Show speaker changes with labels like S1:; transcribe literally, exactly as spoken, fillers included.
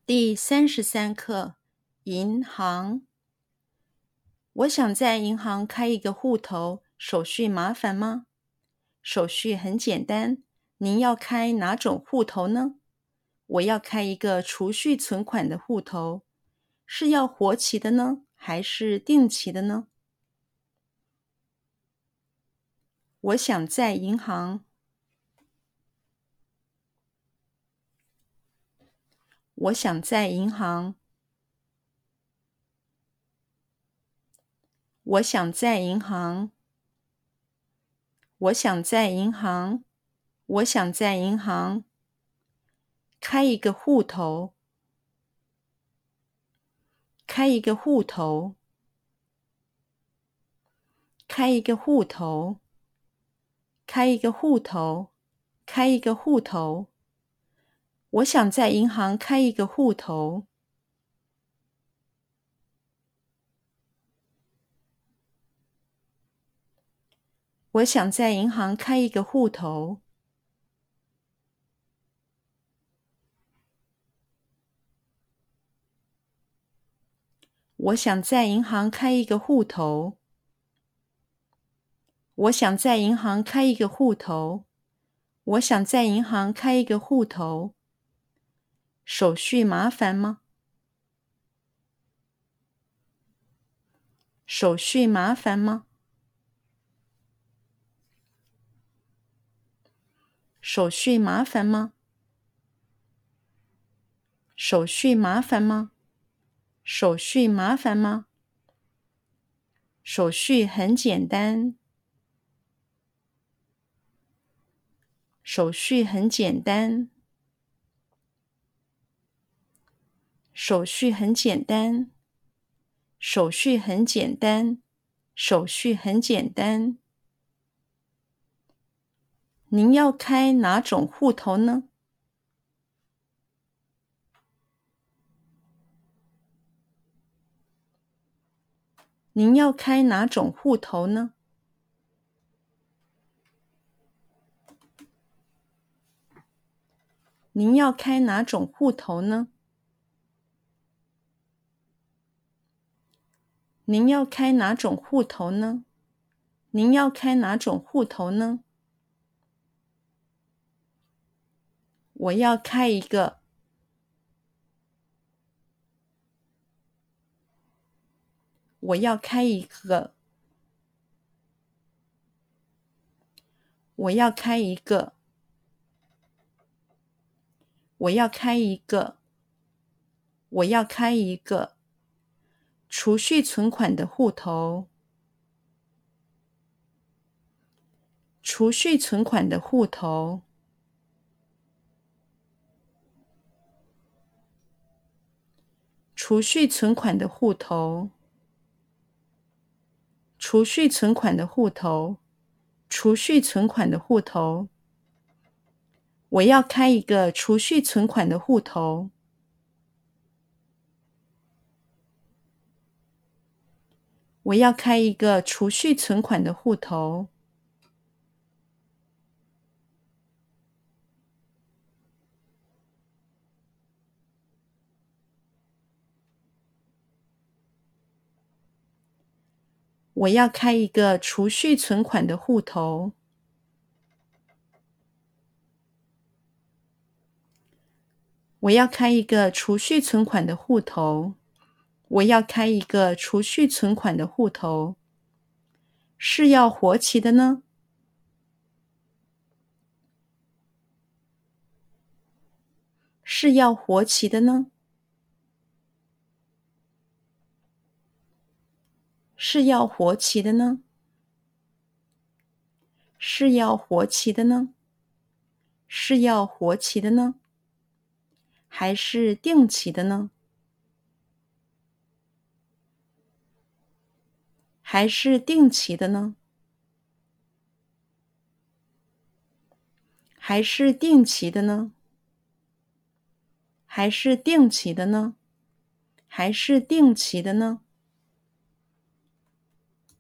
S1: 第三十三课，银行。我想在银行开一个户头，手续麻烦吗？手续很简单，您要开哪种户头呢？我要开一个储蓄存款的户头，是要活期的呢，还是定期的呢？我想在银行。我想在银行。我想在银行。我想在银行。我想在银行开一个户头。开一个户头。开一个户头。开一个户头。开一个户头。我想在银行开一个户头。我想在银行开一个户头。我想在银行开一个户头。我想在银行开一个户头。我想在银行开一个户头。手续麻烦吗？手续麻烦吗？手续麻烦吗？手续麻烦吗？手续麻烦吗？手续很简单。手续很简单。手续很简单。手续很简单。手续很简单。您要开哪种户头呢？您要开哪种户头呢？您要开哪种户头呢？您要开哪种户头呢？您要开哪种户头呢？我要开一个。我要开一个。我要开一个。我要开一个。我要开一个储蓄存款的户头。储蓄存款的户头。储蓄存款的户头。储蓄存款的户头。储蓄存款的户头。我要开一个储蓄存款的户头。我要开一个储蓄存款的户头。我要开一个储蓄存款的户头。我要开一个储蓄存款的户头。我要开一个储蓄存款的户头。是要活期的呢？是要活期的呢？是要活期的呢？是要活期的呢？是要活期的呢？还是定期的呢？还是定期的呢？还是定期的呢？还是定期的呢？还是定期的呢？